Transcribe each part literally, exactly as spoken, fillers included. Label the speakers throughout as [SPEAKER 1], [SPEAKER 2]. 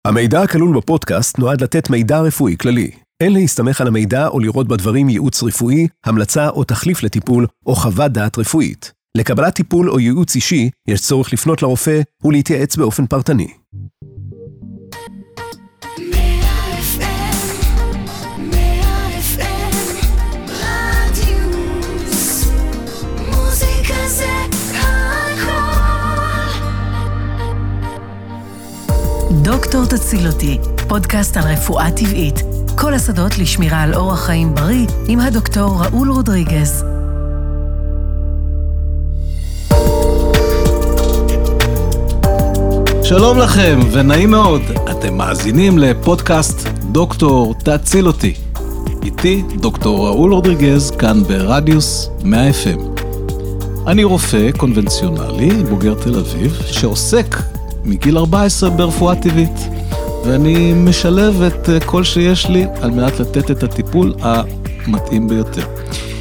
[SPEAKER 1] המידע הכלול בפודקאסט נועד לתת מידע רפואי כללי. אין להסתמך על המידע או לראות בדברים ייעוץ רפואי, המלצה או תחליף לטיפול או חוות דעת רפואית. לקבלת טיפול או ייעוץ אישי, יש צורך לפנות לרופא ולהתייעץ באופן פרטני.
[SPEAKER 2] דוקטור תציל אותי, פודקאסט על רפואה טבעית. כל השדות לשמירה על אורח חיים בריא עם הדוקטור ראול רודריגז.
[SPEAKER 3] שלום לכם ונעים מאוד, אתם מאזינים לפודקאסט דוקטור תציל אותי. איתי דוקטור ראול רודריגז כאן ברדיוס מאה אף אם. אני רופא קונבנציונלי, בוגר תל אביב, שעוסק מגיל ארבע עשרה ברפואה טבעית, ואני משלב את כל שיש לי על מנת לתת את הטיפול המתאים ביותר.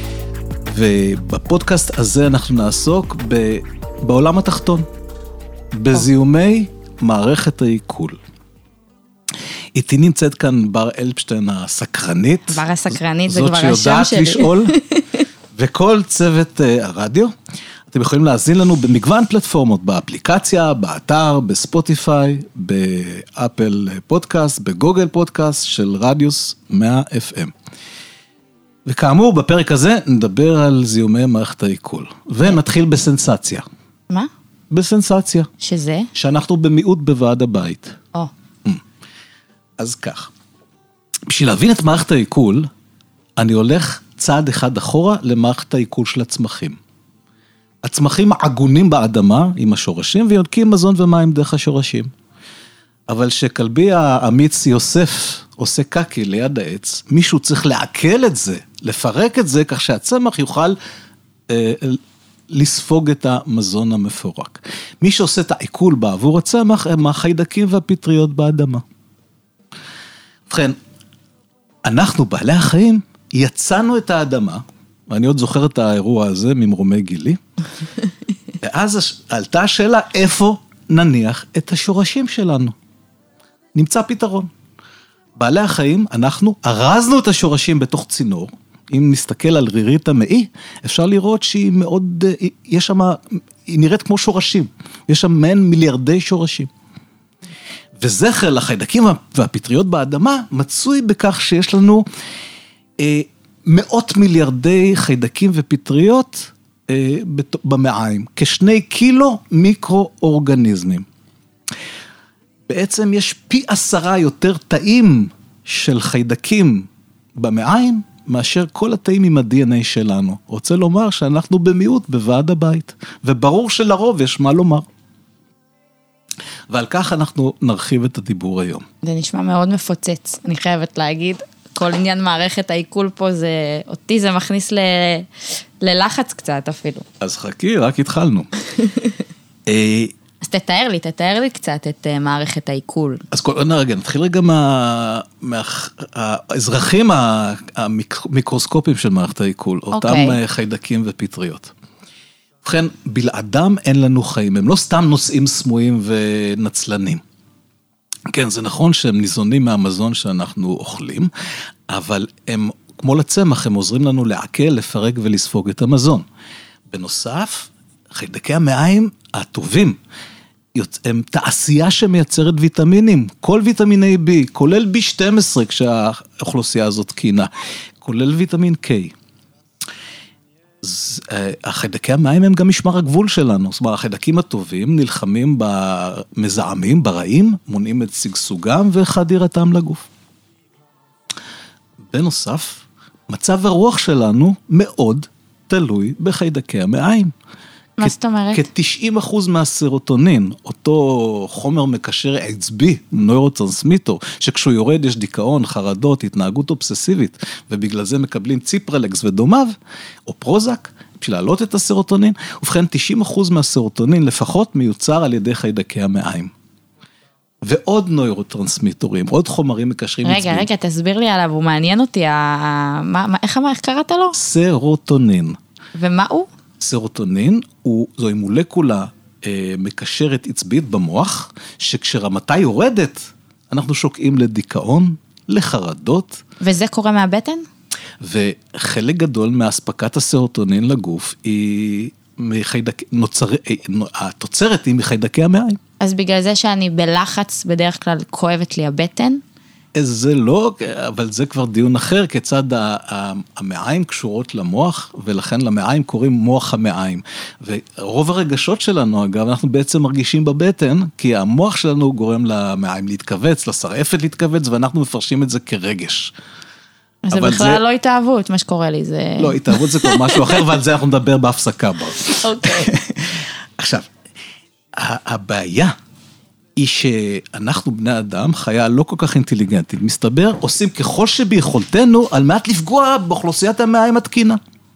[SPEAKER 3] ובפודקאסט הזה אנחנו נעסוק ב... בעולם התחתון, בזיהומי מערכת העיכול. איתי נמצאת כאן בר אלפשטיין הסקרנית.
[SPEAKER 4] בר הסקרנית זה כבר השם שלי.
[SPEAKER 3] זאת שיודעת לשאול, וכל צוות הרדיו. אתם יכולים להזין לנו במגוון פלטפורמות, באפליקציה, באתר, בספוטיפיי, באפל פודקאסט, בגוגל פודקאסט של רדיוס מאה אף אם. וכאמור, בפרק הזה נדבר על זיהומי מערכת העיכול. ונתחיל בסנסציה.
[SPEAKER 4] מה?
[SPEAKER 3] בסנסציה.
[SPEAKER 4] שזה?
[SPEAKER 3] שאנחנו במיעוט בוועד הבית.
[SPEAKER 4] או.
[SPEAKER 3] אז כך. בשביל להבין את מערכת העיכול, אני הולך צעד אחד אחורה למערכת העיכול של הצמחים. הצמחים עגונים באדמה עם השורשים ויונקים מזון ומים דרך השורשים. אבל שכלבי האמיץ יוסף עושה קקי ליד העץ, מישהו צריך לעכל את זה, לפרק את זה, כך שהצמח יוכל אה, לספוג את המזון המפורק. מי שעושה את העיכול בעבור הצמח הם החיידקים והפטריות באדמה. ובכן, אנחנו בעלי החיים יצאנו את האדמה, ואני עוד זוכר את האירוע הזה ממרומי גילי, ואז עלתה השאלה איפה נניח את השורשים שלנו. נמצא פתרון. בעלי החיים, אנחנו ארזנו את השורשים בתוך צינור, אם נסתכל על רירית המעי, אפשר לראות שהיא מאוד, יש שם, היא נראית כמו שורשים, יש שם מעין מיליארדי שורשים. וזכר לחיידקים והפטריות באדמה, מצוי בכך שיש לנו אה, מאות מיליארדי חיידקים ופטריות אה, במעיים, כשני קילו מיקרו-אורגניזמים. בעצם יש פי עשרה יותר תאים של חיידקים במעיים, מאשר כל התאים עם ה-די אן איי שלנו. רוצה לומר שאנחנו במיעוט בוועד הבית, וברור שלרוב יש מה לומר. ועל כך אנחנו נרחיב את הדיבור היום.
[SPEAKER 4] זה נשמע מאוד מפוצץ, אני חייבת להגיד. כל עניין מערכת העיכול פה, זה, אותי זה מכניס ל, ללחץ קצת אפילו.
[SPEAKER 3] אז חכי, רק התחלנו.
[SPEAKER 4] אז תתאר לי, תתאר לי קצת את מערכת העיכול. אז
[SPEAKER 3] כל, רגע, נתחיל רגע מה, מהאזרחים המיקרוסקופיים של מערכת העיכול, אותם okay. חיידקים ופטריות. ובכן, בלעדם אין לנו חיים, הם לא סתם נושאים סמויים ונצלנים. כן, זה נכון שהם ניזונים מהמזון שאנחנו אוכלים, אבל הם, כמו לצמח, הם עוזרים לנו לעכל, לפרק ולספוג את המזון. בנוסף, חיידקי המעיים הטובים, הם תעשייה שמייצרת ויטמינים, כל ויטמיני B, כולל בי שתים עשרה כשהאוכלוסייה הזאת קינה, כולל ויטמין K. החיידקי המים הם גם משמר הגבול שלנו, זאת אומרת, החיידקים הטובים נלחמים במזהמים, ברעים, מונעים את סגסוגם וחדירתם לגוף. בנוסף, מצב הרוח שלנו מאוד תלוי בחיידקי המים.
[SPEAKER 4] מה זאת אומרת?
[SPEAKER 3] כ-תשעים אחוז מהסרוטונין, אותו חומר מקשר עצבי, נוירוטרנסמיטור, שכשהוא יורד יש דיכאון, חרדות, התנהגות אובססיבית, ובגלל זה מקבלים ציפרלקס ודומיו, או פרוזק, בשביל להעלות את הסרוטונין, ובכן תשעים אחוז מהסרוטונין לפחות מיוצר על ידי חיידקי המעיים. ועוד נוירוטרנסמיטורים, עוד חומרים מקשרים עצביים.
[SPEAKER 4] רגע, רגע, תסביר לי עליו, הוא מעניין אותי, איך קראת לו?
[SPEAKER 3] סרוטונין.
[SPEAKER 4] ומה הוא?
[SPEAKER 3] סרוטונין הוא, זוהי מולקולה אה, מקשרת עצבית במוח, שכשרמתה יורדת, אנחנו שוקעים לדיכאון, לחרדות.
[SPEAKER 4] וזה קורה מהבטן?
[SPEAKER 3] וחלק גדול מהספקת הסרוטונין לגוף היא מחיידק, נוצר, התוצרת היא מחיידקי המעיים.
[SPEAKER 4] אז בגלל זה שאני בלחץ, בדרך כלל כואבת לי הבטן?
[SPEAKER 3] זה לא, אבל זה כבר דיון אחר, כיצד המעיים קשורות למוח, ולכן למעיים קוראים מוח המעיים. ורוב הרגשות שלנו, אגב, אנחנו בעצם מרגישים בבטן, כי המוח שלנו גורם למעיים להתכווץ, לשרעפת להתכווץ, ואנחנו מפרשים את זה כרגש.
[SPEAKER 4] אז זה בכלל לא התאהבות, מה שקורה לי, זה...
[SPEAKER 3] לא, התאהבות זה כבר משהו אחר, ועל זה אנחנו נדבר בהפסקה בה.
[SPEAKER 4] אוקיי.
[SPEAKER 3] עכשיו, הבעיה היא שאנחנו בני אדם, חיה לא כל כך אינטליגנטית, מסתבר, עושים ככל שביכולתנו, על מנת לפגוע באוכלוסיית המעיים התקינה.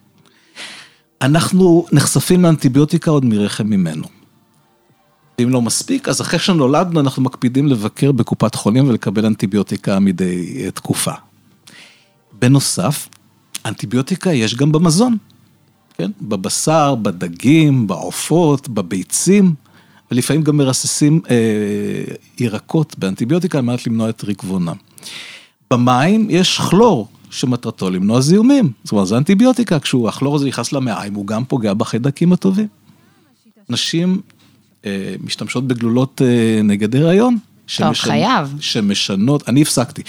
[SPEAKER 3] אנחנו נחשפים לאנטיביוטיקה עוד מרחם ממנו. אם לא מספיק, אז אחרי שנולדנו, אנחנו מקפידים לבקר בקופת חולים, ולקבל אנטיביוטיקה מדי תקופה. בנוסף, אנטיביוטיקה יש גם במזון, כן? בבשר, בדגים, בעופות, בביצים, ולפעמים גם מרססים אה, ירקות באנטיביוטיקה, על מנת למנוע את ריקבונם. במים יש כלור, שמטרתו למנוע זיהומים, זאת אומרת, זה אנטיביוטיקה, כשהכלור הזה נכנס למעיים, הוא גם פוגע בחיידקים הטובים. נשים אה, משתמשות בגלולות אה, נגד הריון,
[SPEAKER 4] טוב, חייב.
[SPEAKER 3] שמשנות, אני הפסקתי,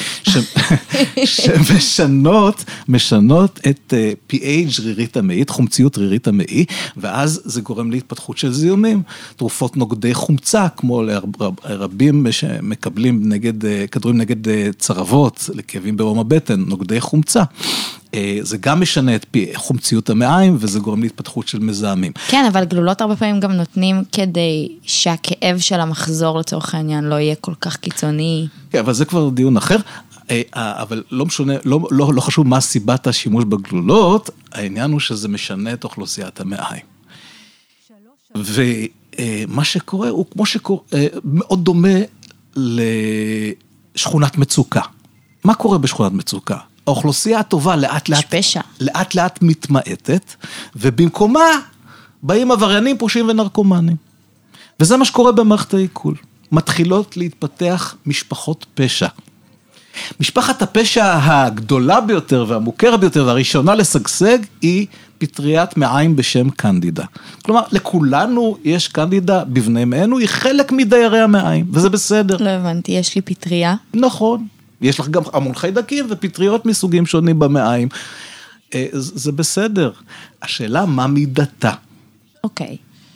[SPEAKER 3] שמשנות, משנות את פי אייץ' רירית המעי, חומציות רירית המעי, ואז זה גורם להתפתחות של זיהומים, תרופות נוגדי חומצה, כמו לרבים שמקבלים נגד, כדורים נגד צרבות, לכאבים ברום הבטן, נוגדי חומצה. זה גם משנה את חומציות המעיים, וזה גורם להתפתחות של מזהמים.
[SPEAKER 4] כן, אבל גלולות הרבה פעמים גם נותנים כדי שהכאב של המחזור לצורך העניין לא יהיה כל כך קיצוני.
[SPEAKER 3] כן, אבל זה כבר דיון אחר, אבל לא משנה, לא, לא, לא חשוב מה סיבת השימוש בגלולות, העניין הוא שזה משנה את אוכלוסיית המעיים. ומה שקורה הוא כמו שקורה, מאוד דומה לשכונת מצוקה. מה קורה בשכונת מצוקה? האוכלוסייה הטובה לאט לאט, לאט לאט מתמעטת, ובמקומה באים עבריינים, פושעים ונרקומנים. וזה מה שקורה במערכת העיכול. מתחילות להתפתח משפחות פשע. משפחת הפשע הגדולה ביותר והמוכרת ביותר והראשונה לשגשג היא פטריית מעיים בשם קנדידה. כלומר, לכולנו יש קנדידה בבני מעינו, היא חלק מדיירי המעיים, וזה בסדר.
[SPEAKER 4] לא הבנתי, יש לי פטריה?
[SPEAKER 3] נכון. יש לך גם המון חיידקים ופטריות מסוגים שונים במעיים. זה בסדר. השאלה מה מידתה.
[SPEAKER 4] אוקיי.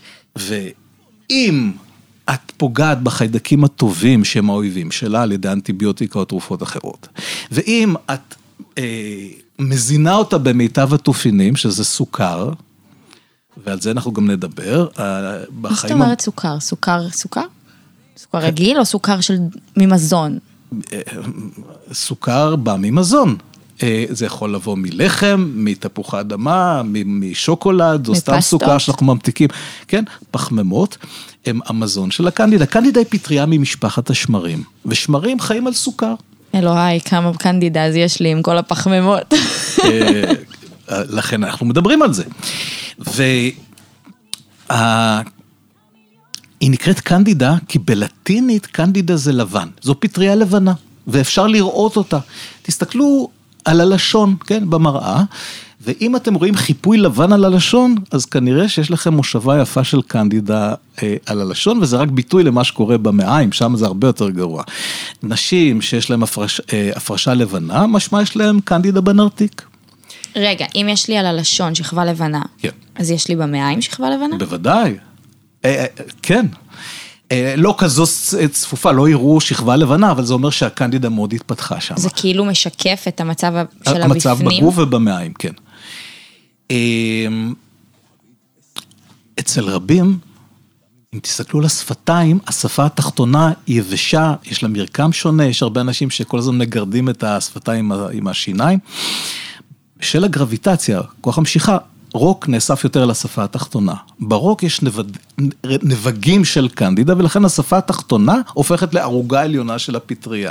[SPEAKER 3] ואם את פוגעת בחיידקים הטובים שהם האויבים שלה על ידי אנטיביוטיקה או תרופות אחרות, ואם את אה, מזינה אותה במיטב התופינים, שזה סוכר, ועל זה אנחנו גם נדבר.
[SPEAKER 4] מה זאת אומרת סוכר? סוכר, סוכר? סוכר רגיל או סוכר של ממזון?
[SPEAKER 3] סוכר בא ממזון. זה יכול לבוא מלחם, מתפוחי אדמה, משוקולד, או סתם סוכר שאנחנו ממתיקים. כן, פחמימות הם המזון של הקנדידה. קנדידה היא פטריה ממשפחת השמרים, ושמרים חיים על סוכר.
[SPEAKER 4] אלוהי, כמה קנדידה אז יש לי עם כל הפחמימות.
[SPEAKER 3] לכן אנחנו מדברים על זה. וה... היא נקראת קנדידה, כי בלטינית קנדידה זה לבן. זו פטריה לבנה, ואפשר לראות אותה. תסתכלו על הלשון, כן, במראה, ואם אתם רואים חיפוי לבן על הלשון, אז כנראה שיש לכם מושבה יפה של קנדידה אה, על הלשון, וזה רק ביטוי למה שקורה במעיים, שם זה הרבה יותר גרוע. נשים שיש להם הפרש, אה, הפרשה לבנה, משמע יש להם קנדידה בנרתיק.
[SPEAKER 4] רגע, אם יש לי על הלשון שכבה לבנה, כן. אז יש לי במעיים שכבה לבנה?
[SPEAKER 3] בוודאי. כן, לא כזו צפופה, לא יראו שכבה לבנה, אבל זה אומר שהקנדידה מאוד התפתחה שם.
[SPEAKER 4] זה כאילו משקף את המצב של הבפנים?
[SPEAKER 3] המצב בגוף ובמעיים, כן. אצל רבים, אם תסתכלו על השפתיים, השפה התחתונה היא יבשה, יש לה מרקם שונה, יש הרבה אנשים שכל הזמן מגרדים את השפתיים עם השיניים. בשל הגרביטציה, כוח המשיכה, רוק נאסף יותר לשפה התחתונה. ברוק יש נבד... נבגים של קנדידה, ולכן השפה התחתונה הופכת לערוגה עליונה של הפטריה.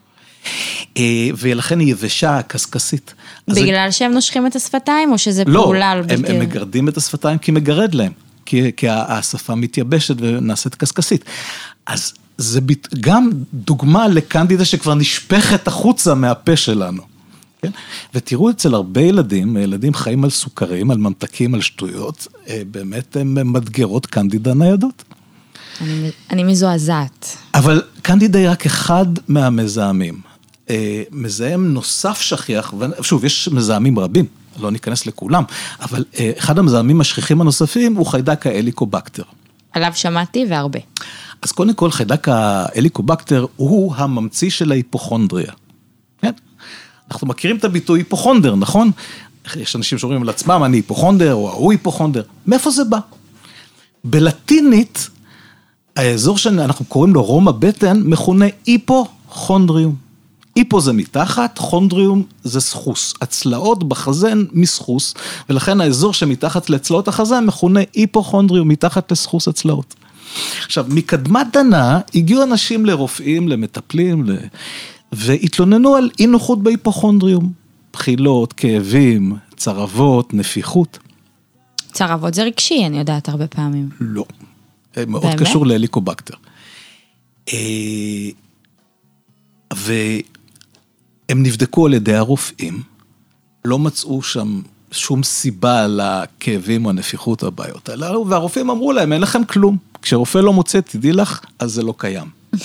[SPEAKER 3] ולכן היא יבשה, קסקסית.
[SPEAKER 4] בגלל
[SPEAKER 3] זה...
[SPEAKER 4] שהם נושכים את השפתיים, או שזה
[SPEAKER 3] לא,
[SPEAKER 4] פעולה?
[SPEAKER 3] הם, הם מגרדים את השפתיים כי מגרד להם. כי, כי השפה מתייבשת ונעשית קסקסית. אז זה גם דוגמה לקנדידה שכבר נשפכת החוצה מהפה שלנו. כן? ותראו אצל הרבה ילדים, ילדים חיים על סוכרים, על ממתקים, על שטויות, באמת הם מדגרות קנדידה ניידות.
[SPEAKER 4] אני, אני מזועזעת.
[SPEAKER 3] אבל קנדידה היא רק אחד מהמזהמים. מזהם נוסף שכיח, ושוב, יש מזהמים רבים, לא ניכנס לכולם, אבל אחד המזהמים השכיחים הנוספים הוא חיידק ההליקובקטר. עליו
[SPEAKER 4] שמעתי והרבה.
[SPEAKER 3] אז קודם כל, חיידק ההליקובקטר הוא הממציא של ההיפוכונדריה. כן? אנחנו מכירים את הביטוי היפוכונדר, נכון? יש אנשים שאומרים על עצמם, אני היפוכונדר, או הוא היפוכונדר. מאיפה זה בא? בלטינית, האזור שאנחנו קוראים לו רום הבטן, מכונה היפוכונדריום. היפו זה מתחת, חונדריום זה סחוס. הצלעות בחזן מסחוס, ולכן האזור שמתחת לצלעות החזן מכונה היפוכונדריום, מתחת לסחוס הצלעות. עכשיו, מקדמת דנה, הגיעו אנשים לרופאים, למטפלים, ל... והתלוננו על אי נוחות בהיפוכונדריום. בחילות, כאבים, צרבות, נפיחות.
[SPEAKER 4] צרבות זה רגשי, אני יודעת הרבה פעמים.
[SPEAKER 3] לא. מאוד באמת? קשור להליקובקטר. והם נבדקו על ידי הרופאים, לא מצאו שם שום סיבה לכאבים או הנפיחות הבעיות הללו, והרופאים אמרו להם, אין לכם כלום. כשרופא לא מוצא, תדעי לך, אז זה לא קיים.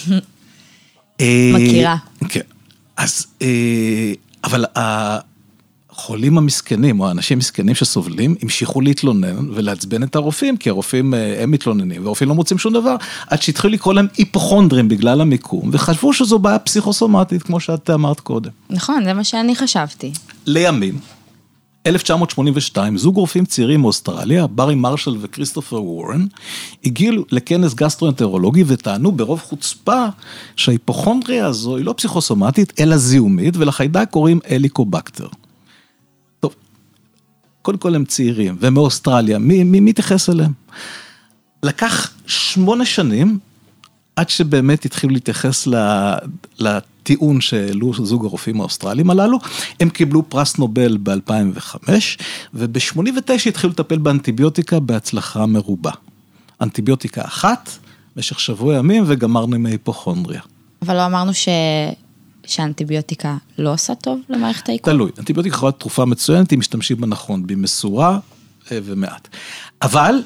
[SPEAKER 4] מכירה.
[SPEAKER 3] כן. אז, אבל החולים המסכנים, או האנשים מסכנים שסובלים, המשיכו להתלונן ולהצבן את הרופאים, כי הרופאים הם מתלוננים, והרופאים לא מוצאים שום דבר, עד שהתחילו לקרוא להם היפוכונדרים בגלל המיקום, וחשבו שזו בעיה פסיכוסומטית, כמו שאת אמרת קודם.
[SPEAKER 4] נכון, זה מה שאני חשבתי.
[SPEAKER 3] לימים, אלף תשע מאות שמונים ושתיים, זוג רופאים צעירים מאוסטרליה, ברי מרשל וכריסטופר וורן, הגיעו לכנס גסטרואנטרולוגי וטענו ברוב חוצפה שההיפוכונדריה הזו היא לא פסיכוסומטית, אלא זיהומית, ולחיידק קוראים הליקובקטר. טוב, קודם כל הם צעירים, ומאוסטרליה, מי, מי מתייחס אליהם? לקח שמונה שנים, עד שבאמת התחילו להתייחס לטיעון שהעלו זוג הרופאים האוסטרליים הללו, הם קיבלו פרס נובל ב-אלפיים וחמש, וב-שמונים ותשע התחילו לטפל באנטיביוטיקה בהצלחה מרובה. אנטיביוטיקה אחת, במשך שבוע ימים, וגמרנו עם ההיפוכונדריה.
[SPEAKER 4] אבל לא אמרנו ש... שהאנטיביוטיקה לא עושה טוב למערכת העיכול?
[SPEAKER 3] תלוי, אנטיביוטיקה יכולה תרופה מצוינת, אם משתמשים בנכון, במשורה ומעט. אבל...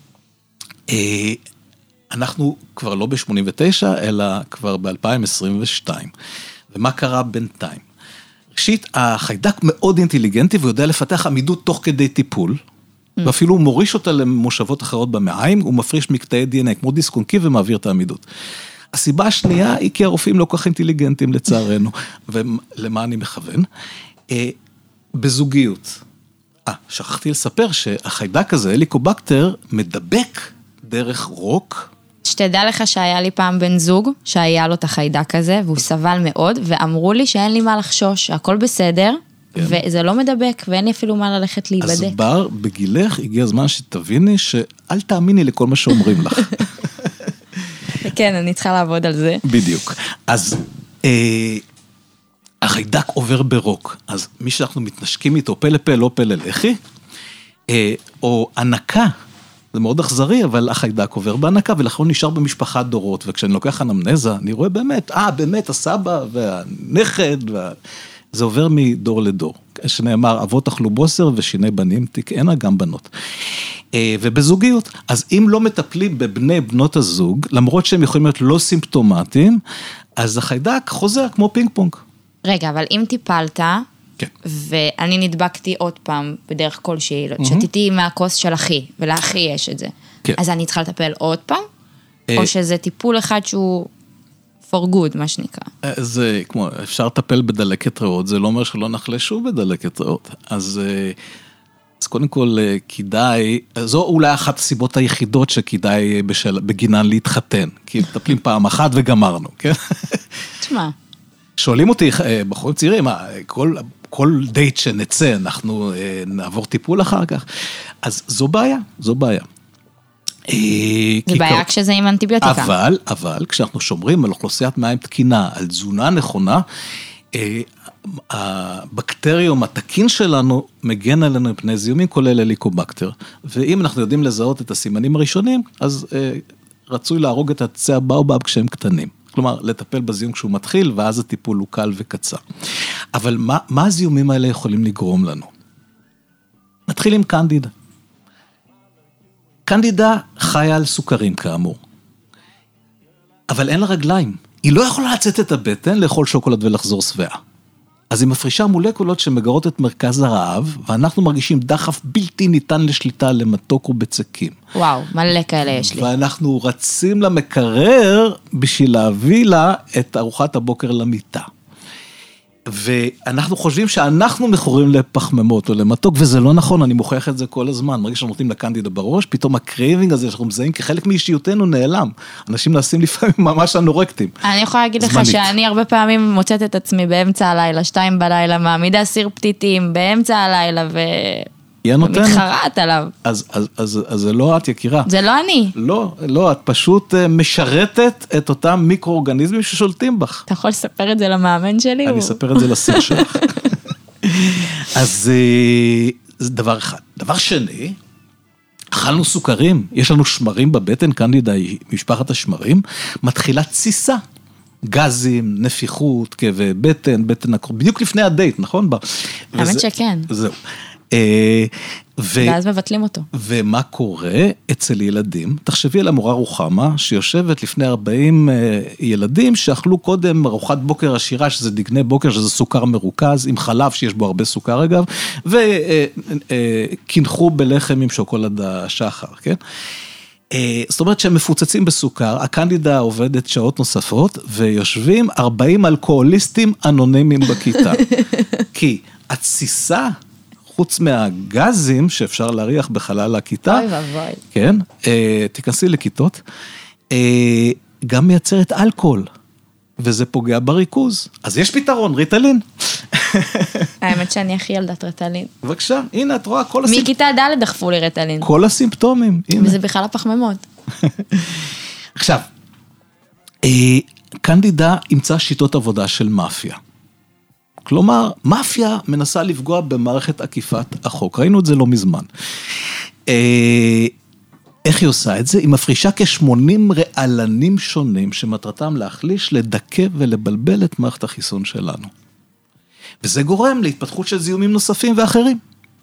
[SPEAKER 3] אנחנו כבר לא ב-שמונים ותשע, אלא כבר ב-אלפיים עשרים ושתיים. ומה קרה בינתיים? ראשית, החיידק מאוד אינטליגנטי, והוא יודע לפתח עמידות תוך כדי טיפול, ואפילו הוא מוריש אותה למושבות אחרות במעיים, הוא מפריש מקטעי די אן איי כמו דיסק און קי, ומעביר את העמידות. הסיבה השנייה היא כי הרופאים לא כך אינטליגנטים לצערנו, ולמה אני מכוון? בזוגיות. אה, שכחתי לספר שהחיידק הזה, הליקובקטר, מדבק דרך רוק.
[SPEAKER 4] שתדע לך שהיה לי פעם בן זוג, שהיה לו את החיידק הזה, והוא סבל מאוד, ואמרו לי שאין לי מה לחשוש, הכל בסדר, כן. וזה לא מדבק, ואין לי אפילו מה ללכת להיבדק.
[SPEAKER 3] אז בר, בגילך, הגיע הזמן שתביני, שאל תאמיני לכל מה שאומרים לך.
[SPEAKER 4] כן, אני צריכה לעבוד על זה.
[SPEAKER 3] בדיוק. אז אה, החיידק עובר ברוק, אז מי שאנחנו מתנשקים איתו, פה לפה, לא פה ללחי, אה, או ענקה, זה מאוד אכזרי, אבל החיידק עובר בהנקה, ולכן הוא נשאר במשפחת דורות, וכשאני לוקח אנמנזה, אני רואה באמת, אה, באמת, הסבא והנכד, וה... זה עובר מדור לדור, שנאמר, אבות אכלו בוסר ושיני בנים תקענה גם בנות. ובזוגיות, אז אם לא מטפלים בבני בנות הזוג, למרות שהם יכולים להיות לא סימפטומטיים, אז החיידק חוזר כמו פינג פונג.
[SPEAKER 4] רגע, אבל אם טיפלת, כן. ואני נדבקתי עוד פעם בדרך כלשהי, mm-hmm. שתיתי מהכוס של אחי, ולאחי יש את זה. כן. אז אני צריכה לטפל עוד פעם? אה... או שזה טיפול אחד שהוא for good, מה שנקרא?
[SPEAKER 3] זה כמו, אפשר לטפל בדלקת ריאות, זה לא אומר שלא נחלה שוב בדלקת ריאות. אז, אז קודם כל כדאי, זו אולי אחת הסיבות היחידות שכדאי בשל, בגינן להתחתן, כי מטפלים פעם אחת וגמרנו, כן?
[SPEAKER 4] תשמע. שואלים
[SPEAKER 3] אותי, בחורים צעירים, מה, כל... כל דייט שנצא, אנחנו אה, נעבור טיפול אחר כך, אז זו בעיה, זו בעיה.
[SPEAKER 4] זה בעיה כל... כשזה עם אנטיביוטיקה.
[SPEAKER 3] אבל, אבל, כשאנחנו שומרים על אוכלוסיית מים תקינה, על תזונה נכונה, הבקטריום התקין שלנו מגן עלינו מפני זיהומים, כולל הליקובקטר. ואם אנחנו יודעים לזהות את הסימנים הראשונים, אז רצוי להרוג את עצי הבאובאב כשהם קטנים. כלומר, לטפל בזיהום כשהוא מתחיל, ואז הטיפול הוא קל וקצר. אבל מה, מה הזיהומים האלה יכולים לגרום לנו? נתחיל עם קנדידה. קנדידה חיה על סוכרים כאמור. אבל אין לה רגליים. היא לא יכולה לצאת את הבטן, לאכול שוקולד ולחזור שבעה. אז היא מפרישה מולקולות שמגרות את מרכז הרעב, ואנחנו מרגישים דחף בלתי ניתן לשליטה למתוק ובצקים.
[SPEAKER 4] וואו, מלא כאלה יש לי.
[SPEAKER 3] ואנחנו רצים למקרר בשביל להביא לה את ארוחת הבוקר למיטה. ואנחנו חושבים שאנחנו מכורים לפחממות או למתוק, וזה לא נכון, אני מוכיח את זה כל הזמן. מרגיש שאנחנו נותנים לקנדידה בראש, פתאום הקרייבינג הזה שאנחנו מזהים כחלק מאישיותנו נעלם. אנשים נעשים לפעמים ממש אנורקטים.
[SPEAKER 4] אני יכולה להגיד לך שאני הרבה פעמים מוצאת את עצמי באמצע הלילה, שתיים בלילה, מעמידה סיר פתיתים באמצע הלילה ו... ומתחרעת עליו.
[SPEAKER 3] אז, אז, אז, אז זה לא את יקירה.
[SPEAKER 4] זה לא אני.
[SPEAKER 3] לא, לא, את פשוט משרתת את אותם מיקרואורגניזמים ששולטים בך.
[SPEAKER 4] אתה יכול לספר את זה למאמן שלי?
[SPEAKER 3] אני אספר את זה לסיר שלך. אז זה דבר אחד. דבר שני, אכלנו סוכרים, יש לנו שמרים בבטן, קנדידה היא משפחת השמרים, מתחילה תסיסה. גזים, נפיחות, כאבי בטן, בטן הקרוב, בדיוק לפני הדייט, נכון?
[SPEAKER 4] האמת שכן.
[SPEAKER 3] זהו.
[SPEAKER 4] ואז מבטלים אותו.
[SPEAKER 3] ומה קורה אצל ילדים? תחשבי על המורה רוחמה, שיושבת לפני ארבעים ילדים, שאכלו קודם ארוחת בוקר עשירה, שזה דגני בוקר, שזה סוכר מרוכז, עם חלב שיש בו הרבה סוכר אגב, וקנחו בלחם עם שוקולד השחר, כן? זאת אומרת שהם מפוצצים בסוכר, הקנדידה עובדת שעות נוספות, ויושבים ארבעים אלכוהוליסטים אנונימיים בכיתה. כי התסיסה, חוץ מהגזים שאפשר להריח בחלל הכיתה,
[SPEAKER 4] אוי ובוי.
[SPEAKER 3] כן, תיכנסי לכיתות, גם מייצרת אלכוהול, וזה פוגע בריכוז. אז יש פתרון, ריטלין.
[SPEAKER 4] האמת שאני הכי ילדת ריטלין.
[SPEAKER 3] בבקשה, הנה את רואה כל הסימפטומים.
[SPEAKER 4] מכיתה ד' דחפו לי ריטלין.
[SPEAKER 3] כל הסימפטומים, הנה.
[SPEAKER 4] וזה בכלל הפחממות.
[SPEAKER 3] עכשיו, קנדידה ימצא שיטות עבודה של מאפיה. כלומר, מאפיה מנסה לפגוע במערכת עקיפת החוק. ראינו את זה לא מזמן. איך היא עושה את זה? היא מפרישה כ-שמונים רעלנים שונים, שמטרתם להחליש, לדכא ולבלבל את מערכת החיסון שלנו. וזה גורם להתפתחות של זיהומים נוספים ואחרים.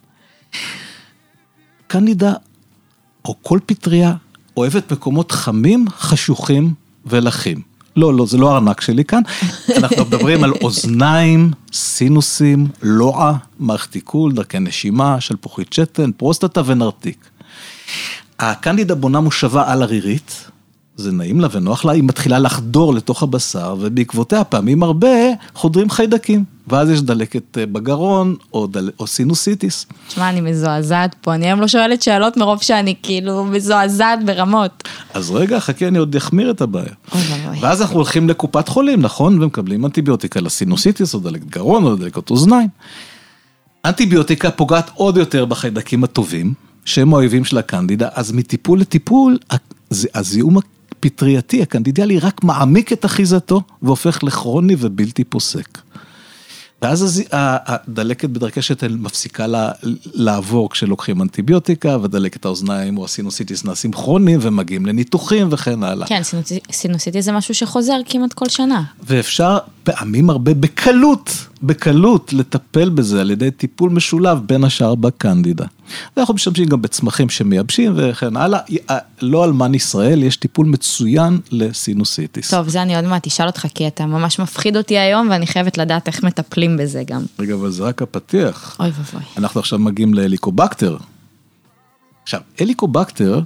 [SPEAKER 3] קנדידה, או כל פטריה, אוהבת מקומות חמים, חשוכים ולחים. לא, לא, זה לא הארנק שלי כאן. אנחנו מדברים על אוזניים, סינוסים, לועה, מערכת עיכול, דרכי נשימה, שלפוחית שתן, פרוסטטה ונרתיק. הקנדידה בונה מושבה על הרירית, זה נעים לה ונוח לה, היא מתחילה לחדור לתוך הבשר, ובעקבותיה פעמים הרבה חודרים חיידקים, ואז יש דלקת בגרון, או, דל... או סינוסיטיס.
[SPEAKER 4] תשמע, אני מזועזעת פה, אני היום לא שואלת שאלות מרוב שאני כאילו מזועזעת ברמות.
[SPEAKER 3] אז רגע, חכה, אני עוד אחמיר את הבעיה. ואז אנחנו הולכים לקופת חולים, נכון? ומקבלים אנטיביוטיקה לסינוסיטיס, או דלקת גרון, או דלקת אוזניים. אנטיביוטיקה פוגעת עוד יותר בחיידקים הטובים, שהם האויבים של הקנדידה, אז מטיפול לטיפול, הזיהום הפטרייתי, הקנדידיאלי, רק מעמיק את אחיזתו, והופך לכרוני ובלתי פוסק. ואז הדלקת בדרכי שתן מפסיקה לעבור כשלוקחים אנטיביוטיקה, ודלקת האוזניים או הסינוסיטיס נעשים כרוניים, ומגיעים לניתוחים וכן הלאה.
[SPEAKER 4] כן, סינוסיטיס זה משהו שחוזר כמעט כל שנה.
[SPEAKER 3] ואפשר פעמים הרבה בקלות, בקלות לטפל בזה, על ידי טיפול משולב בין השאר בקנדידה. ואנחנו משתמשים גם בצמחים שמייבשים וכן הלאה. לא אלמן ישראל, יש טיפול מצוין לסינוסיטיס.
[SPEAKER 4] טוב, זה אני עוד מעט תשאל אותך, כי אתה ממש מפחיד אותי היום, ואני חייבת לדעת איך מטפלים בזה גם. רגע,
[SPEAKER 3] אבל זה רק הפתיח.
[SPEAKER 4] אוי ובוי.
[SPEAKER 3] אנחנו עכשיו מגיעים להליקובקטר. עכשיו, הליקובקטר,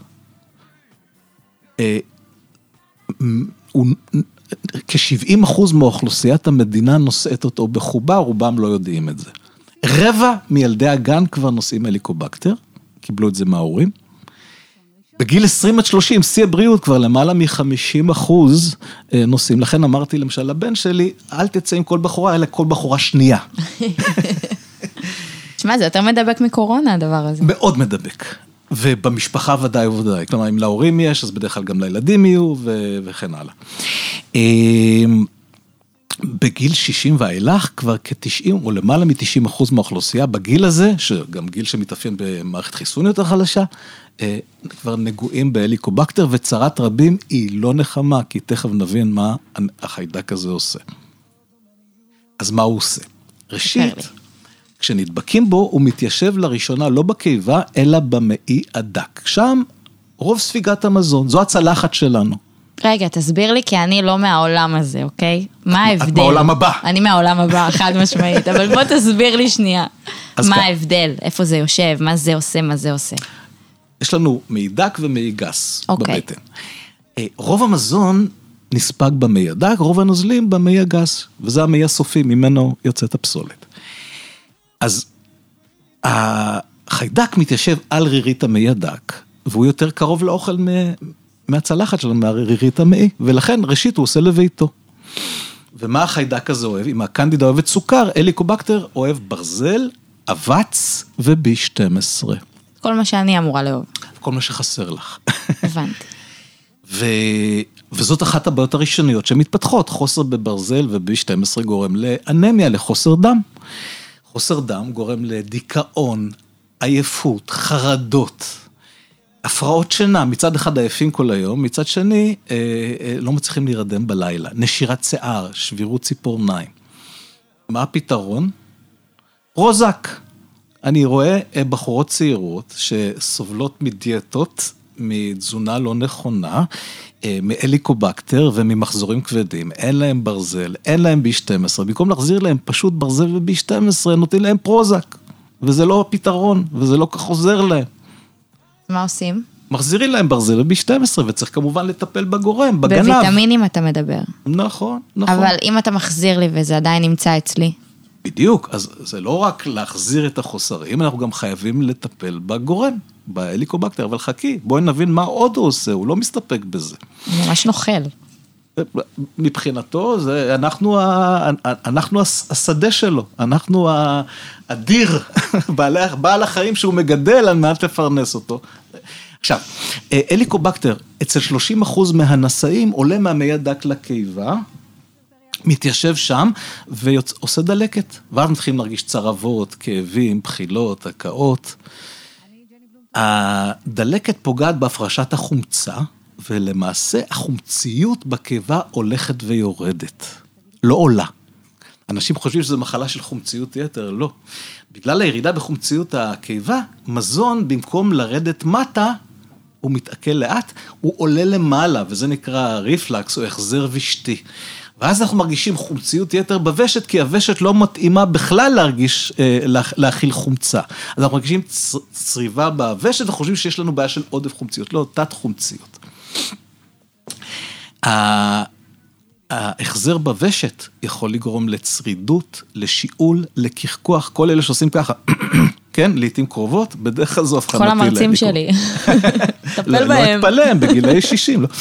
[SPEAKER 3] אה, הוא... כ-שבעים אחוז מאוכלוסיית המדינה נושאת אותו בחובה, רובם לא יודעים את זה. רבע מילדי הגן כבר נושאים הליקובקטר, קיבלו את זה מההורים. בגיל עשרים עד שלושים, שיא הבריאות כבר למעלה מ-חמישים אחוז נושאים. לכן אמרתי למשל לבן שלי, אל תצא עם כל בחורה, אלא כל בחורה שנייה.
[SPEAKER 4] תשמע, זה יותר מדבק מקורונה הדבר הזה.
[SPEAKER 3] מאוד מדבק. ובמשפחה ודאי וודאי. כלומר, אם להורים יש, אז בדרך כלל גם לילדים יהיו, ו- וכן הלאה. בגיל שישים ואילך, כבר כ-תשעים או למעלה מ-תשעים אחוז מהאוכלוסייה, בגיל הזה, שגם גיל שמתאפיין במערכת חיסון יותר חלשה, כבר נגועים בהליקובקטר, וצרת רבים היא לא נחמה, כי תכף נבין מה החיידק הזה עושה. אז מה הוא עושה? ראשית, כשנדבקים בו, הוא מתיישב לראשונה לא בקיבה, אלא במעי הדק. שם רוב ספיגת המזון, זו הצלחת שלנו.
[SPEAKER 4] רגע, תסביר לי, כי אני לא מהעולם הזה, אוקיי? מה ההבדל?
[SPEAKER 3] את מהעולם הבא.
[SPEAKER 4] אני מהעולם הבא, חד משמעית, אבל בוא תסביר לי שנייה. מה ההבדל? איפה זה יושב? מה זה עושה? מה זה עושה?
[SPEAKER 3] יש לנו מעי דק ומעי גס בבטן. רוב המזון נספג במעי הדק, רוב הנוזלים במעי הגס, וזה המעי הסופי, ממנו יוצאת הפסולת. אז החיידק מתיישב על רירית המעי הדק, והוא יותר קרוב לאוכל מהצלחת שלנו, מהרירית המעי, ולכן ראשית הוא עושה לביתו. ומה החיידק הזה אוהב? אם הקנדידה אוהבת סוכר, הליקובקטר אוהב ברזל, אבץ ו-בי שתים עשרה.
[SPEAKER 4] כל מה שאני אמורה לאהוב.
[SPEAKER 3] כל מה שחסר לך.
[SPEAKER 4] הבנתי.
[SPEAKER 3] ו... וזאת אחת הבעיות הראשוניות שמתפתחות, חוסר בברזל ו-בי שתים עשרה גורם לאנמיה, לחוסר דם. חוסר דם גורם לדיכאון, עייפות, חרדות, הפרעות שינה, מצד אחד עייפים כל היום, מצד שני אה, אה, לא מצליחים להירדם בלילה, נשירת שיער, שבירות ציפורניים. מה הפתרון? פרוזק. אני רואה בחורות צעירות שסובלות מדיאטות, מתזונה לא נכונה, מהליקובקטר וממחזורים כבדים, אין להם ברזל, אין להם בי שתים עשרה, במקום להחזיר להם פשוט ברזל ו-בי שתים עשרה, נותנים להם פרוזק, וזה לא הפתרון, וזה לא כך עוזר להם.
[SPEAKER 4] מה עושים?
[SPEAKER 3] מחזירים להם ברזל ו-בי שתים עשרה, וצריך כמובן לטפל בגורם, בגנב.
[SPEAKER 4] בוויטמינים אתה מדבר.
[SPEAKER 3] נכון, נכון.
[SPEAKER 4] אבל אם אתה מחזיר לי וזה עדיין נמצא אצלי.
[SPEAKER 3] בדיוק, אז זה לא רק להחזיר את החוסרים, אנחנו גם חייבים לטפל בגורם, בהליקובקטר, אבל חכי, בואי נבין מה עוד הוא עושה, הוא לא מסתפק בזה.
[SPEAKER 4] ממש נוכל.
[SPEAKER 3] מבחינתו, זה, אנחנו, אנחנו השדה שלו, אנחנו האדיר, בעל החיים שהוא מגדל על מנת לפרנס אותו. עכשיו, הליקובקטר, אצל שלושים אחוז מהנשאים עולה מהמעי הדק לקיבה, מתיישב שם ועושה דלקת, ואז מתחילים להרגיש צרבות, כאבים, בחילות, הקאות. הדלקת פוגעת בהפרשת החומצה, ולמעשה החומציות בקיבה הולכת ויורדת, לא עולה. אנשים חושבים שזו מחלה של חומציות יתר, לא. בגלל הירידה בחומציות הקיבה, מזון במקום לרדת מטה, הוא מתעכל לאט, הוא עולה למעלה, וזה נקרא ריפלקס או החזר ושתי. ואז אנחנו מרגישים חומציות יתר בוושת, כי הוושת לא מתאימה בכלל להרגיש, להכיל חומצה. אז אנחנו מרגישים צריבה בוושת, וחושבים שיש לנו בעיה של עודף חומציות, לא תת חומציות. ההחזר בוושת יכול לגרום לצרידות, לשיעול, לקחקוח, כל אלה שעושים ככה, כן, לעתים קרובות, בדרך כלל זו הבחנתי.
[SPEAKER 4] כל המרצים שלי. טפל בהם.
[SPEAKER 3] לא התפלם, בגילי שישים, לא.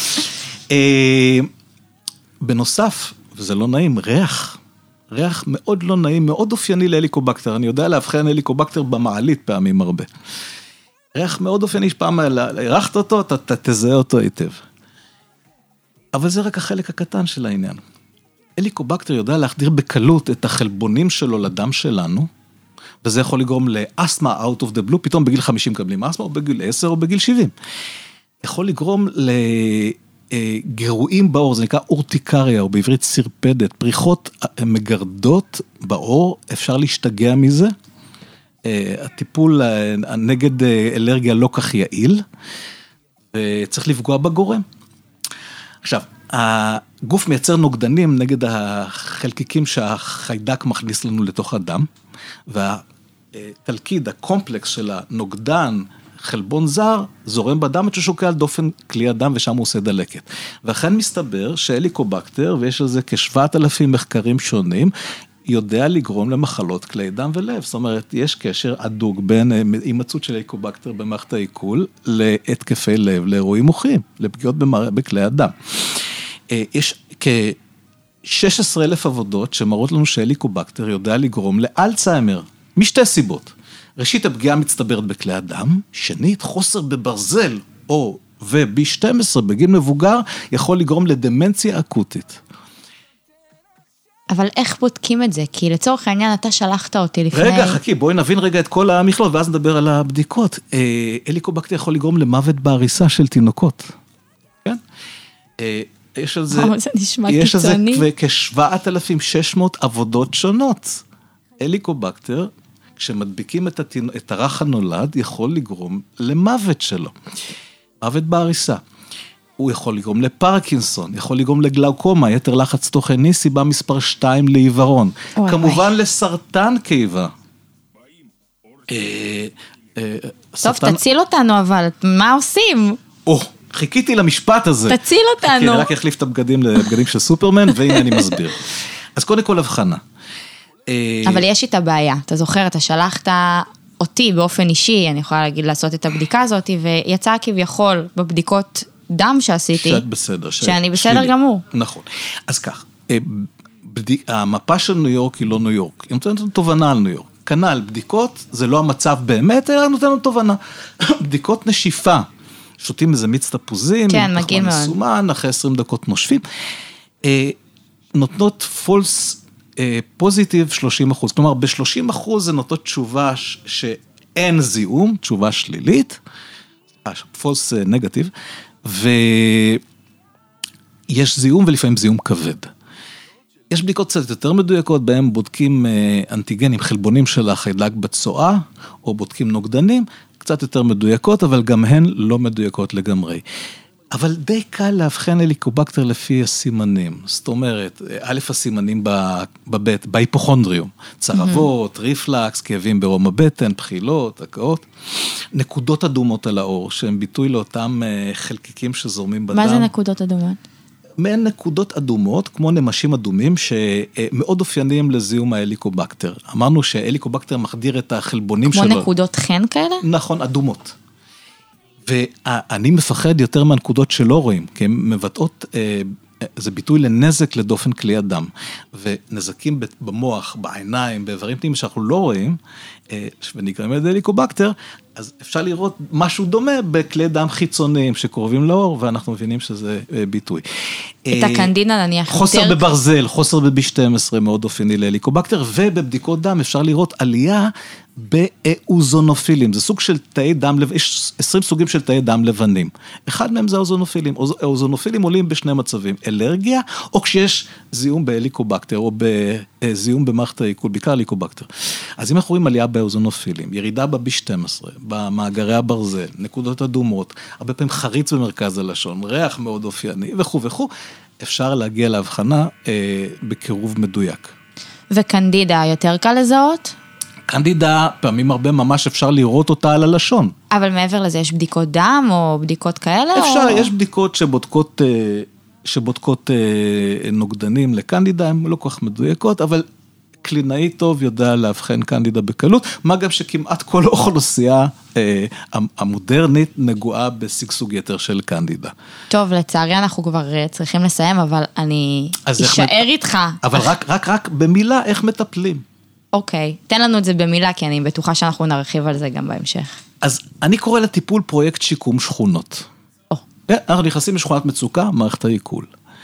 [SPEAKER 3] בנוסף, וזה לא נעים, ריח, ריח מאוד לא נעים, מאוד אופייני להליקובקטר, אני יודע להבחן הליקובקטר במעלית פעמים הרבה. ריח מאוד אופייני, שפעם הרחת אותו, אתה תזהה אותו היטב. אבל זה רק החלק הקטן של העניין. הליקובקטר יודע להחדיר בקלות את החלבונים שלו לדם שלנו, וזה יכול לגרום לאסמה out of the blue, פתאום בגיל חמישים מקבלים אסמה, או בגיל עשר, או בגיל שבעים. יכול לגרום ל... גירויים באור, זה נקרא אורטיקריה, או בעברית סרפדת, פריחות מגרדות באור, אפשר להשתגע מזה, הטיפול נגד אלרגיה לא כך יעיל, וצריך לפגוע בגורם. עכשיו, הגוף מייצר נוגדנים נגד החלקיקים שהחיידק מכניס לנו לתוך הדם, והתלכיד, הקומפלקס של הנוגדן, חלבון זר, זורם בדם, ששוקע על דופן כלי הדם, ושם הוא עושה דלקת. ואכן מסתבר שהליקובקטר, ויש על זה כשבעת אלפים מחקרים שונים, יודע לגרום למחלות כלי דם ולב. זאת אומרת, יש קשר הדוק בין הימצאות של הליקובקטר במערכת העיכול, להתקפי לב, לאירועים מוחיים, לפגיעות בכלי הדם. יש כ-שש עשרה אלף עבודות שמראות לנו שהליקובקטר יודע לגרום לאלצהיימר, משתי סיבות. ראשית, הפגיעה מצטברת בכלי הדם, שנית, חוסר בברזל או ו-בי שתים עשרה בגיל מבוגר, יכול לגרום לדמנציה אקוטית.
[SPEAKER 4] אבל איך בודקים את זה? כי לצורך העניין אתה שלחת אותי לפני...
[SPEAKER 3] רגע, חכי, בואי נבין רגע את כל המכלול, ואז נדבר על הבדיקות. אליקובקטר יכול לגרום למוות בעריסה של תינוקות. כן? יש על זה...
[SPEAKER 4] זה נשמע קיצוני.
[SPEAKER 3] יש על זה כ-שבעת אלפים ושש מאות עבודות שונות. אליקובקטר, כשמדביקים את, התינ... את הרך הנולד, יכול לגרום למוות שלו. מוות בעריסה. הוא יכול לגרום לפרקינסון, יכול לגרום לגלאוקומה, יתר לחץ תוכני, סיבה מספר שתיים לעיוורון. כמובן לסרטן קיבה.
[SPEAKER 4] טוב, תציל אותנו, אבל מה עושים?
[SPEAKER 3] או, חיכיתי למשפט הזה.
[SPEAKER 4] תציל אותנו.
[SPEAKER 3] אני רק אחליף את הבגדים לבגדים של סופרמן, והנה אני מסביר. אז קודם כל הבחנה.
[SPEAKER 4] אבל יש איתה בעיה. אתה זוכר, אתה שלחת אותי באופן אישי, אני יכולה להגיד לעשות את הבדיקה הזאת, ויצא כביכול בבדיקות דם שעשיתי.
[SPEAKER 3] שאת בסדר.
[SPEAKER 4] שאני בסדר גמור.
[SPEAKER 3] נכון. אז כך, המפה של ניו יורק היא לא ניו יורק. היא נותנת לנו תובנה על ניו יורק. כנ"ל, בדיקות, זה לא המצב באמת, אלא נותן לנו תובנה. בדיקות נשיפה. שותים איזה מיץ תפוזים.
[SPEAKER 4] כן, מגיע מאוד.
[SPEAKER 3] מסומן, אחרי עשרים דקות נושפים. נותנות פולס פוזיטיב שלושים אחוז. כלומר, ב-שלושים אחוז זה נותנות תשובה שאין זיהום, תשובה שלילית. פולס נגטיב. ויש זיהום ולפעמים זיהום כבד. יש בדיקות קצת יותר מדויקות, בהם בודקים אנטיגנים, חלבונים של החיידק בצואה, או בודקים נוגדנים, קצת יותר מדויקות, אבל גם הן לא מדויקות לגמרי. אבל די קל להבחן אליקובקטר לפי הסימנים. זאת אומרת, א' הסימנים בבית, בהיפוכונדריום, צרבות, ריפלקס, כאבים ברום הבטן, בחילות, הקאות, נקודות אדומות על האור, שהן ביטוי לאותם חלקיקים שזורמים בדם.
[SPEAKER 4] מה זה נקודות אדומות?
[SPEAKER 3] מעין נקודות אדומות, כמו נמשים אדומים, שמאוד אופייניים לזיהום האליקובקטר. אמרנו שהאליקובקטר מחדיר את החלבונים שלו.
[SPEAKER 4] כמו נקודות חן כאלה?
[SPEAKER 3] נכון, אדומות. ואני מפחד יותר מהנקודות שלא רואים, כי הן מבטאות, זה ביטוי לנזק לדופן כלי הדם, ונזקים במוח, בעיניים, באיברים פנימיים שאנחנו לא רואים, ונקראים על ידי אליקובקטר, אז אפשר לראות משהו דומה בכלי דם חיצוניים שקרובים לאור, ואנחנו מבינים שזה ביטוי.
[SPEAKER 4] את הקנדינה נניח.
[SPEAKER 3] חוסר יותר... בברזל, חוסר ב-בי שתים עשרה מאוד אופייני לאליקובקטר, ובבדיקות דם אפשר לראות עלייה באוזונופילים, זה סוג של תאי דם, יש עשרים סוגים של תאי דם לבנים, אחד מהם זה האוזונופילים, האוזונופילים עולים בשני מצבים, אלרגיה, או כשיש זיהום באליקובקטר, או בזיהום במערכת העיכול, בעיקר אליקובקטר. אז אם אנחנו רואים עלייה באוזונופילים, ירידה ב-בי שתים עשרה, במאגרי הברזל, נקודות אדומות, הרבה פעמים חריץ במרכז הלשון, ריח מאוד אופייני, וכו' וכו', אפשר להגיע להבחנה אה, בקירוב מדויק.
[SPEAKER 4] וקנדידה יותר קל לזהות?
[SPEAKER 3] קנדידה, פעמים הרבה ממש אפשר לראות אותה על הלשון.
[SPEAKER 4] אבל מעבר לזה, יש בדיקות דם או בדיקות כאלה?
[SPEAKER 3] אפשר,
[SPEAKER 4] או...
[SPEAKER 3] יש בדיקות שבודקות, שבודקות נוגדנים לקנדידה, הן לא כל כך מדויקות, אבל קלינאי טוב יודע להבחן קנדידה בקלות, מה גם שכמעט כל האוכלוסייה המודרנית נגועה בסגסוג יתר של קנדידה.
[SPEAKER 4] טוב, לצערי אנחנו כבר צריכים לסיים, אבל אני אשאר איתך.
[SPEAKER 3] אבל רק, רק, רק במילה, איך מטפלים?
[SPEAKER 4] אוקיי, תן לנו את זה במילה, כי אני בטוחה שאנחנו נרחיב על זה גם בהמשך.
[SPEAKER 3] אז אני קורא לטיפול פרויקט שיקום שכונות.
[SPEAKER 4] או.
[SPEAKER 3] אנחנו נכנסים לשכונת מצוקה, מערכת העיכול.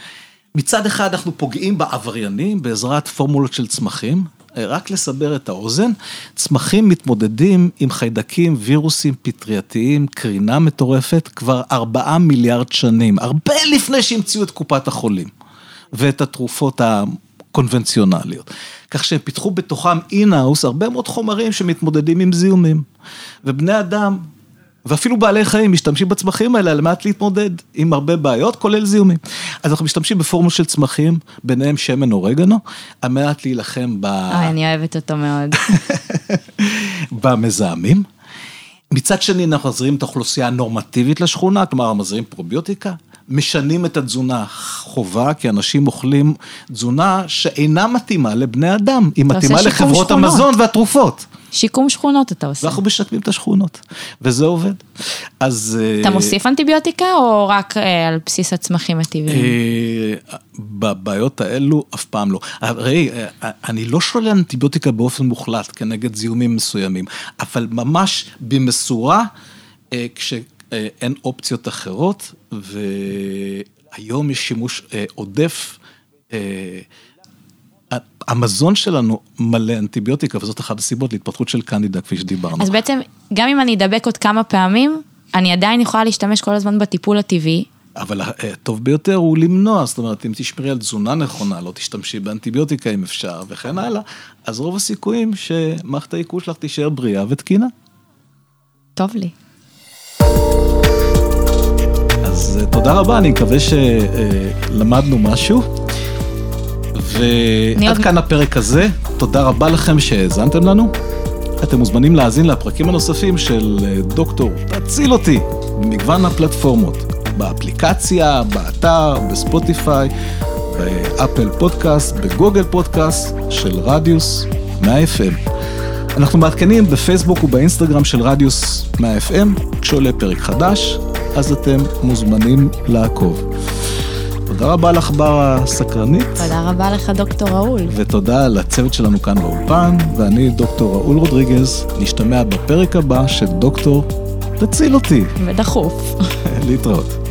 [SPEAKER 3] מצד אחד אנחנו פוגעים בעבריינים, בעזרת פורמולות של צמחים, רק לסבר את האוזן, צמחים מתמודדים עם חיידקים, וירוסים פטרייתיים, קרינה מטורפת, כבר ארבעה מיליארד שנים, הרבה לפני שהמציאו את קופת החולים, ואת התרופות הקונבנציונליות. כך שהם פיתחו בתוכם אינהאוס, הרבה מאוד חומרים שמתמודדים עם זיהומים. ובני אדם, ואפילו בעלי חיים, משתמשים בצמחים האלה, על מנת להתמודד עם הרבה בעיות, כולל זיהומים. אז אנחנו משתמשים בפורמול של צמחים, ביניהם שמן אורגנו, על מנת להילחם ב...
[SPEAKER 4] אוי, אני אוהבת אותו מאוד.
[SPEAKER 3] במזהמים. מצד שני, אנחנו מחזירים את האוכלוסייה הנורמטיבית לשכונה, כלומר, אנחנו מחזירים פרוביוטיקה, משנים את התזונה חובה, כי אנשים אוכלים תזונה שאינה מתאימה לבני אדם, היא מתאימה לחברות המזון והתרופות.
[SPEAKER 4] שיקום שכונות אתה עושה.
[SPEAKER 3] ואנחנו משקמים את השכונות, וזה עובד. אז...
[SPEAKER 4] אתה מוסיף אנטיביוטיקה, או רק על בסיס הצמחים הטבעיים?
[SPEAKER 3] בבעיות האלו, אף פעם לא. ראי, אני לא שולל אנטיביוטיקה באופן מוחלט, כנגד זיהומים מסוימים, אבל ממש במסורה, כשאין אופציות אחרות, והיום יש שימוש עודף, המזון שלנו מלא אנטיביוטיקה, וזאת אחת הסיבות להתפתחות של קנדידה, כפי שדיברנו.
[SPEAKER 4] אז בעצם, גם אם אני אדבק עוד כמה פעמים, אני עדיין יכולה להשתמש כל הזמן בטיפול הטבעי.
[SPEAKER 3] אבל הטוב ביותר הוא למנוע, זאת אומרת, אם תשמרי על תזונה נכונה, לא תשתמשי באנטיביוטיקה אם אפשר, וכן הלאה, אז רוב הסיכויים שמערכת העיכול שלך תישאר בריאה ותקינה. טוב
[SPEAKER 4] לי.
[SPEAKER 3] אז תודה רבה, אני מקווה שלמדנו משהו, ועד כאן הפרק הזה, תודה רבה לכם שהאזנתם לנו, אתם מוזמנים להאזין לפרקים הנוספים של דוקטור תציל אותי, במגוון הפלטפורמות, באפליקציה, באתר, בספוטיפיי, באפל פודקאסט, בגוגל פודקאסט של רדיוס מאה אף אם. אנחנו מעדכנים בפייסבוק ובאינסטגרם של רדיוס מאה אף אם, כשעולה פרק חדש, אז אתם מוזמנים לעקוב. תודה רבה לך בר הסקרנית.
[SPEAKER 4] תודה רבה לך דוקטור ראול.
[SPEAKER 3] ותודה לצוות שלנו כאן באולפן, ואני דוקטור ראול רודריגז, נשתמע בפרק הבא של דוקטור תציל אותי.
[SPEAKER 4] ודחוף.
[SPEAKER 3] להתראות.